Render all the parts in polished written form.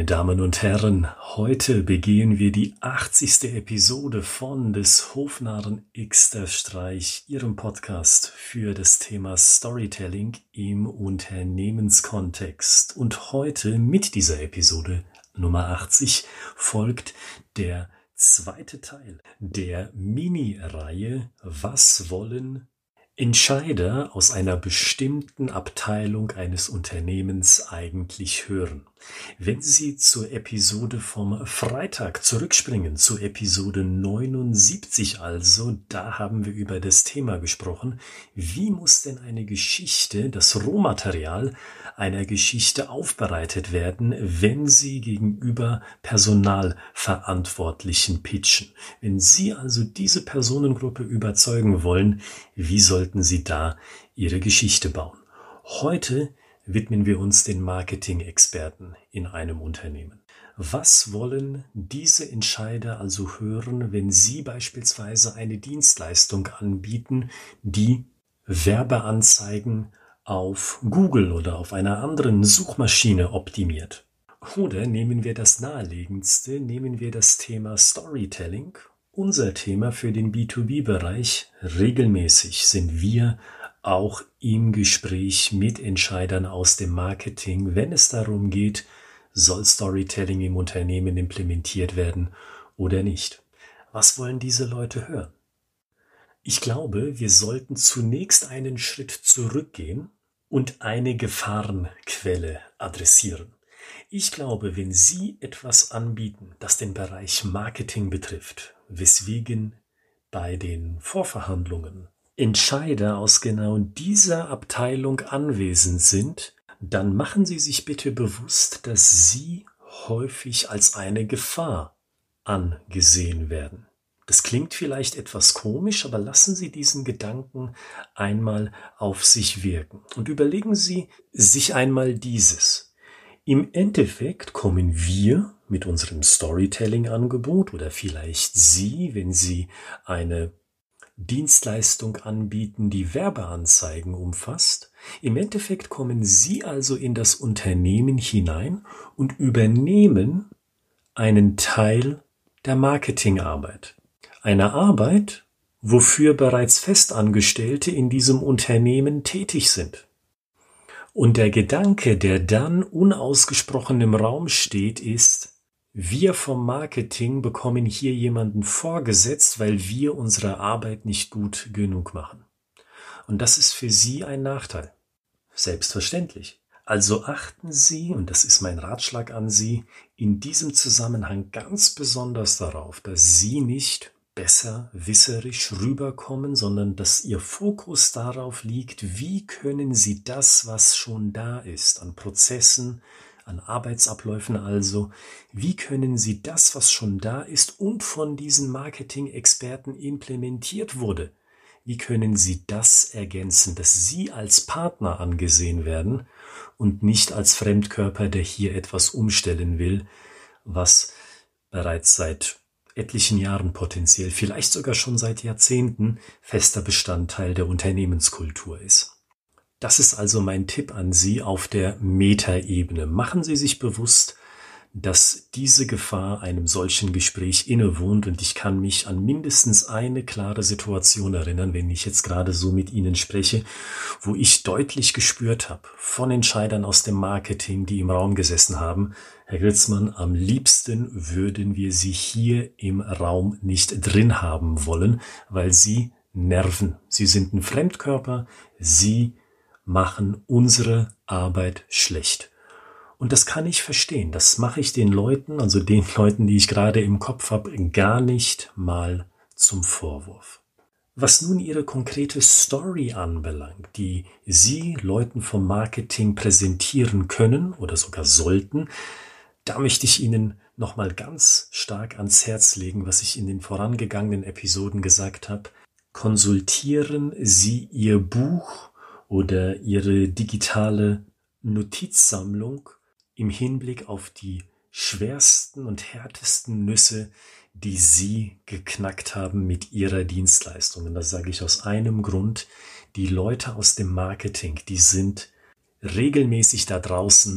Meine Damen und Herren, heute begehen wir die 80. Episode von des Hofnarren Xter Streich, Ihrem Podcast für das Thema Storytelling im Unternehmenskontext. Und heute mit dieser Episode Nummer 80 folgt der zweite Teil der Mini-Reihe Was wollen Entscheider aus einer bestimmten Abteilung eines Unternehmens eigentlich hören? Wenn Sie zur Episode vom Freitag zurückspringen, zur Episode 79 also, da haben wir über das Thema gesprochen, wie muss denn eine Geschichte, das Rohmaterial einer Geschichte aufbereitet werden, wenn Sie gegenüber Personalverantwortlichen pitchen. Wenn Sie also diese Personengruppe überzeugen wollen, wie sollten Sie da Ihre Geschichte bauen? Heute widmen wir uns den Marketing-Experten in einem Unternehmen. Was wollen diese Entscheider also hören, wenn sie beispielsweise eine Dienstleistung anbieten, die Werbeanzeigen auf Google oder auf einer anderen Suchmaschine optimiert? Oder nehmen wir das naheliegendste, nehmen wir das Thema Storytelling. Unser Thema für den B2B-Bereich. Regelmäßig sind wir auch im Gespräch mit Entscheidern aus dem Marketing, wenn es darum geht, soll Storytelling im Unternehmen implementiert werden oder nicht. Was wollen diese Leute hören? Ich glaube, wir sollten zunächst einen Schritt zurückgehen und eine Gefahrenquelle adressieren. Ich glaube, wenn Sie etwas anbieten, das den Bereich Marketing betrifft, weswegen bei den Vorverhandlungen Entscheider aus genau dieser Abteilung anwesend sind, dann machen Sie sich bitte bewusst, dass Sie häufig als eine Gefahr angesehen werden. Das klingt vielleicht etwas komisch, aber lassen Sie diesen Gedanken einmal auf sich wirken und überlegen Sie sich einmal dieses. Im Endeffekt kommen wir mit unserem Storytelling-Angebot oder vielleicht Sie, wenn Sie eine Dienstleistung anbieten, die Werbeanzeigen umfasst. Im Endeffekt kommen Sie also in das Unternehmen hinein und übernehmen einen Teil der Marketingarbeit. Eine Arbeit, wofür bereits Festangestellte in diesem Unternehmen tätig sind. Und der Gedanke, der dann unausgesprochen im Raum steht, ist, wir vom Marketing bekommen hier jemanden vorgesetzt, weil wir unsere Arbeit nicht gut genug machen. Und das ist für Sie ein Nachteil. Selbstverständlich. Also achten Sie, und das ist mein Ratschlag an Sie, in diesem Zusammenhang ganz besonders darauf, dass Sie nicht besserwisserisch rüberkommen, sondern dass Ihr Fokus darauf liegt, wie können Sie das, was schon da ist, an Prozessen, an Arbeitsabläufen also, wie können Sie das, was schon da ist und von diesen Marketing-Experten implementiert wurde, wie können Sie das ergänzen, dass Sie als Partner angesehen werden und nicht als Fremdkörper, der hier etwas umstellen will, was bereits seit etlichen Jahren potenziell, vielleicht sogar schon seit Jahrzehnten, fester Bestandteil der Unternehmenskultur ist. Das ist also mein Tipp an Sie auf der Metaebene. Machen Sie sich bewusst, dass diese Gefahr einem solchen Gespräch innewohnt und ich kann mich an mindestens eine klare Situation erinnern, wenn ich jetzt gerade so mit Ihnen spreche, wo ich deutlich gespürt habe von Entscheidern aus dem Marketing, die im Raum gesessen haben, Herr Gritzmann, am liebsten würden wir Sie hier im Raum nicht drin haben wollen, weil Sie nerven. Sie sind ein Fremdkörper, Sie machen unsere Arbeit schlecht. Und das kann ich verstehen. Das mache ich den Leuten, also den Leuten, die ich gerade im Kopf habe, gar nicht mal zum Vorwurf. Was nun Ihre konkrete Story anbelangt, die Sie Leuten vom Marketing präsentieren können oder sogar sollten, da möchte ich Ihnen nochmal ganz stark ans Herz legen, was ich in den vorangegangenen Episoden gesagt habe. Konsultieren Sie Ihr Buch oder Ihre digitale Notizsammlung im Hinblick auf die schwersten und härtesten Nüsse, die Sie geknackt haben mit Ihrer Dienstleistung. Und das sage ich aus einem Grund. Die Leute aus dem Marketing, die sind regelmäßig da draußen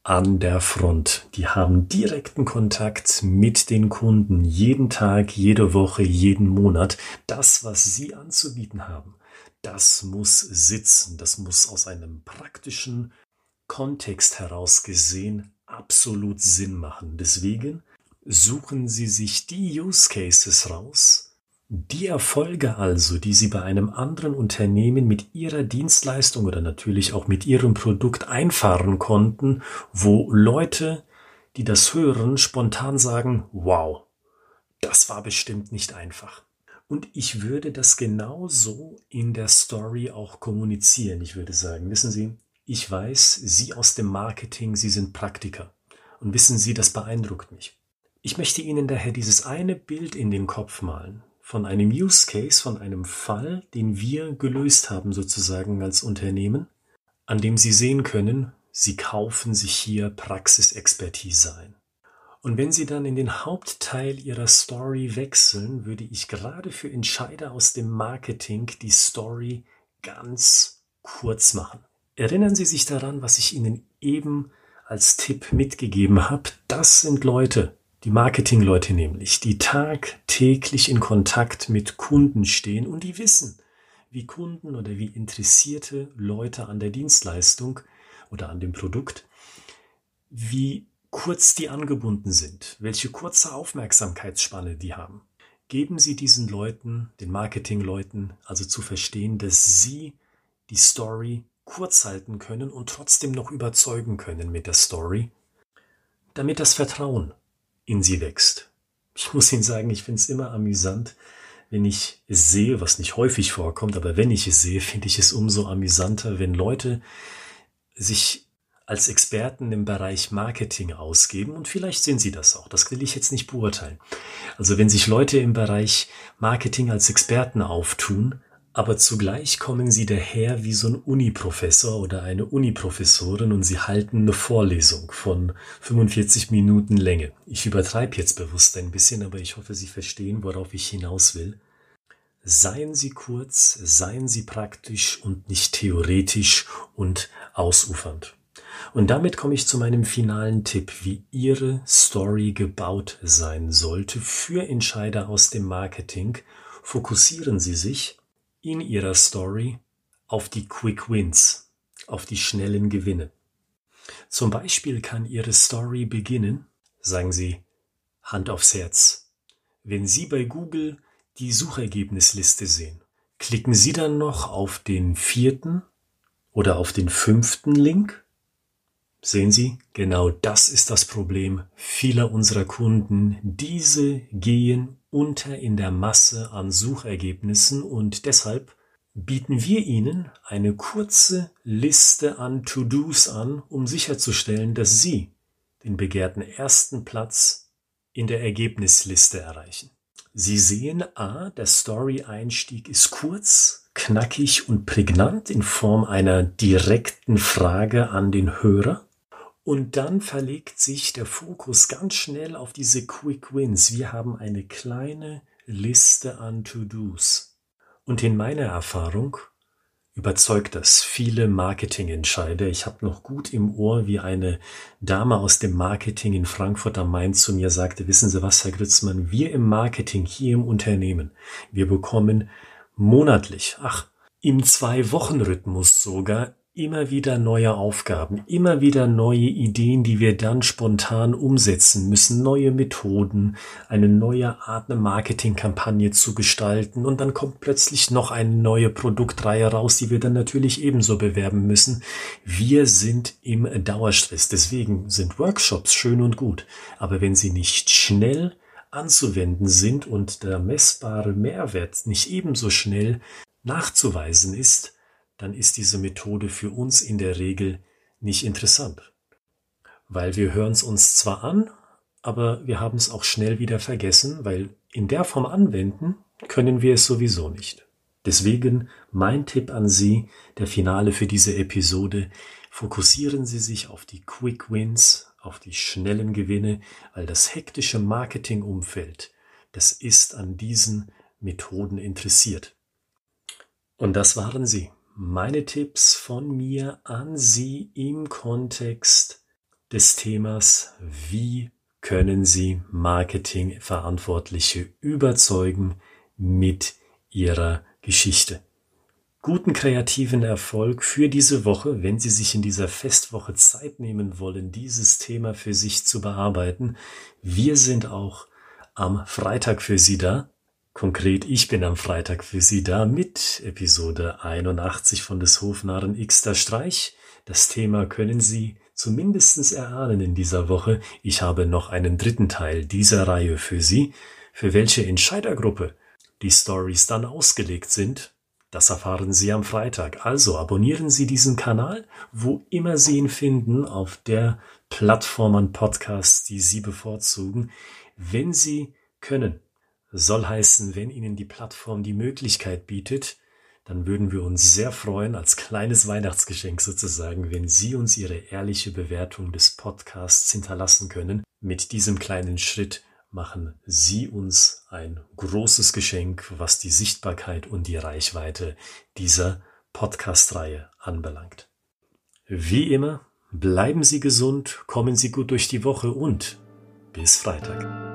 an der Front. Die haben direkten Kontakt mit den Kunden, jeden Tag, jede Woche, jeden Monat. Das, was sie anzubieten haben, das muss sitzen. Das muss aus einem praktischen Kontext heraus gesehen absolut Sinn machen. Deswegen suchen Sie sich die Use Cases raus, die Erfolge also, die Sie bei einem anderen Unternehmen mit Ihrer Dienstleistung oder natürlich auch mit Ihrem Produkt einfahren konnten, wo Leute, die das hören, spontan sagen, wow, das war bestimmt nicht einfach. Und ich würde das genauso in der Story auch kommunizieren. Ich würde sagen, wissen Sie, ich weiß, Sie aus dem Marketing, Sie sind Praktiker. Und wissen Sie, das beeindruckt mich. Ich möchte Ihnen daher dieses eine Bild in den Kopf malen. Von einem Use Case, von einem Fall, den wir gelöst haben sozusagen als Unternehmen, an dem Sie sehen können, Sie kaufen sich hier Praxisexpertise ein. Und wenn Sie dann in den Hauptteil Ihrer Story wechseln, würde ich gerade für Entscheider aus dem Marketing die Story ganz kurz machen. Erinnern Sie sich daran, was ich Ihnen eben als Tipp mitgegeben habe? Das sind Leute, die Marketingleute nämlich, die tagtäglich in Kontakt mit Kunden stehen und die wissen, wie Kunden oder wie interessierte Leute an der Dienstleistung oder an dem Produkt, wie kurz die angebunden sind, welche kurze Aufmerksamkeitsspanne die haben. Geben Sie diesen Leuten, den Marketingleuten, also zu verstehen, dass Sie die Story kurz halten können und trotzdem noch überzeugen können mit der Story, damit das Vertrauen in Sie wächst. Ich muss Ihnen sagen, ich finde es immer amüsant, wenn ich es sehe, was nicht häufig vorkommt, aber wenn ich es sehe, finde ich es umso amüsanter, wenn Leute sich als Experten im Bereich Marketing ausgeben und vielleicht sind sie das auch, das will ich jetzt nicht beurteilen. Also wenn sich Leute im Bereich Marketing als Experten auftun, aber zugleich kommen sie daher wie so ein Uniprofessor oder eine Uniprofessorin und sie halten eine Vorlesung von 45 Minuten Länge. Ich übertreibe jetzt bewusst ein bisschen, aber ich hoffe, Sie verstehen, worauf ich hinaus will. Seien Sie kurz, seien Sie praktisch und nicht theoretisch und ausufernd. Und damit komme ich zu meinem finalen Tipp, wie Ihre Story gebaut sein sollte für Entscheider aus dem Marketing. Fokussieren Sie sich in Ihrer Story auf die Quick Wins, auf die schnellen Gewinne. Zum Beispiel kann Ihre Story beginnen, sagen Sie, Hand aufs Herz. Wenn Sie bei Google die Suchergebnisliste sehen, klicken Sie dann noch auf den 4. oder auf den 5. Link? Sehen Sie, genau das ist das Problem vieler unserer Kunden. Diese gehen unter in der Masse an Suchergebnissen und deshalb bieten wir Ihnen eine kurze Liste an To-Dos an, um sicherzustellen, dass Sie den begehrten 1. Platz in der Ergebnisliste erreichen. Sie sehen, der Story-Einstieg ist kurz, knackig und prägnant in Form einer direkten Frage an den Hörer. Und dann verlegt sich der Fokus ganz schnell auf diese Quick Wins. Wir haben eine kleine Liste an To-Dos. Und in meiner Erfahrung überzeugt das viele Marketingentscheider. Ich habe noch gut im Ohr, wie eine Dame aus dem Marketing in Frankfurt am Main zu mir sagte, wissen Sie was, Herr Grützmann, wir im Marketing hier im Unternehmen, wir bekommen monatlich, im 2-Wochen-Rhythmus sogar, immer wieder neue Aufgaben, immer wieder neue Ideen, die wir dann spontan umsetzen müssen, neue Methoden, eine neue Art, eine Marketingkampagne zu gestalten und dann kommt plötzlich noch eine neue Produktreihe raus, die wir dann natürlich ebenso bewerben müssen. Wir sind im Dauerstress, deswegen sind Workshops schön und gut, aber wenn sie nicht schnell anzuwenden sind und der messbare Mehrwert nicht ebenso schnell nachzuweisen ist, dann ist diese Methode für uns in der Regel nicht interessant. Weil wir hören es uns zwar an, aber wir haben es auch schnell wieder vergessen, weil in der Form anwenden können wir es sowieso nicht. Deswegen mein Tipp an Sie, der Finale für diese Episode, fokussieren Sie sich auf die Quick Wins, auf die schnellen Gewinne, weil das hektische Marketingumfeld, das ist an diesen Methoden interessiert. Und das waren sie. Meine Tipps von mir an Sie im Kontext des Themas, wie können Sie Marketingverantwortliche überzeugen mit Ihrer Geschichte. Guten kreativen Erfolg für diese Woche, wenn Sie sich in dieser Festwoche Zeit nehmen wollen, dieses Thema für sich zu bearbeiten. Wir sind auch am Freitag für Sie da. Konkret, ich bin am Freitag für Sie da mit Episode 81 von des Hofnarren Xter Streich. Das Thema können Sie zumindest erahnen in dieser Woche. Ich habe noch einen dritten Teil dieser Reihe für Sie. Für welche Entscheidergruppe die Stories dann ausgelegt sind, das erfahren Sie am Freitag. Also abonnieren Sie diesen Kanal, wo immer Sie ihn finden, auf der Plattform an Podcasts, die Sie bevorzugen. Wenn Sie können, soll heißen, wenn Ihnen die Plattform die Möglichkeit bietet, dann würden wir uns sehr freuen, als kleines Weihnachtsgeschenk sozusagen, wenn Sie uns Ihre ehrliche Bewertung des Podcasts hinterlassen können. Mit diesem kleinen Schritt machen Sie uns ein großes Geschenk, was die Sichtbarkeit und die Reichweite dieser Podcast-Reihe anbelangt. Wie immer, bleiben Sie gesund, kommen Sie gut durch die Woche und bis Freitag.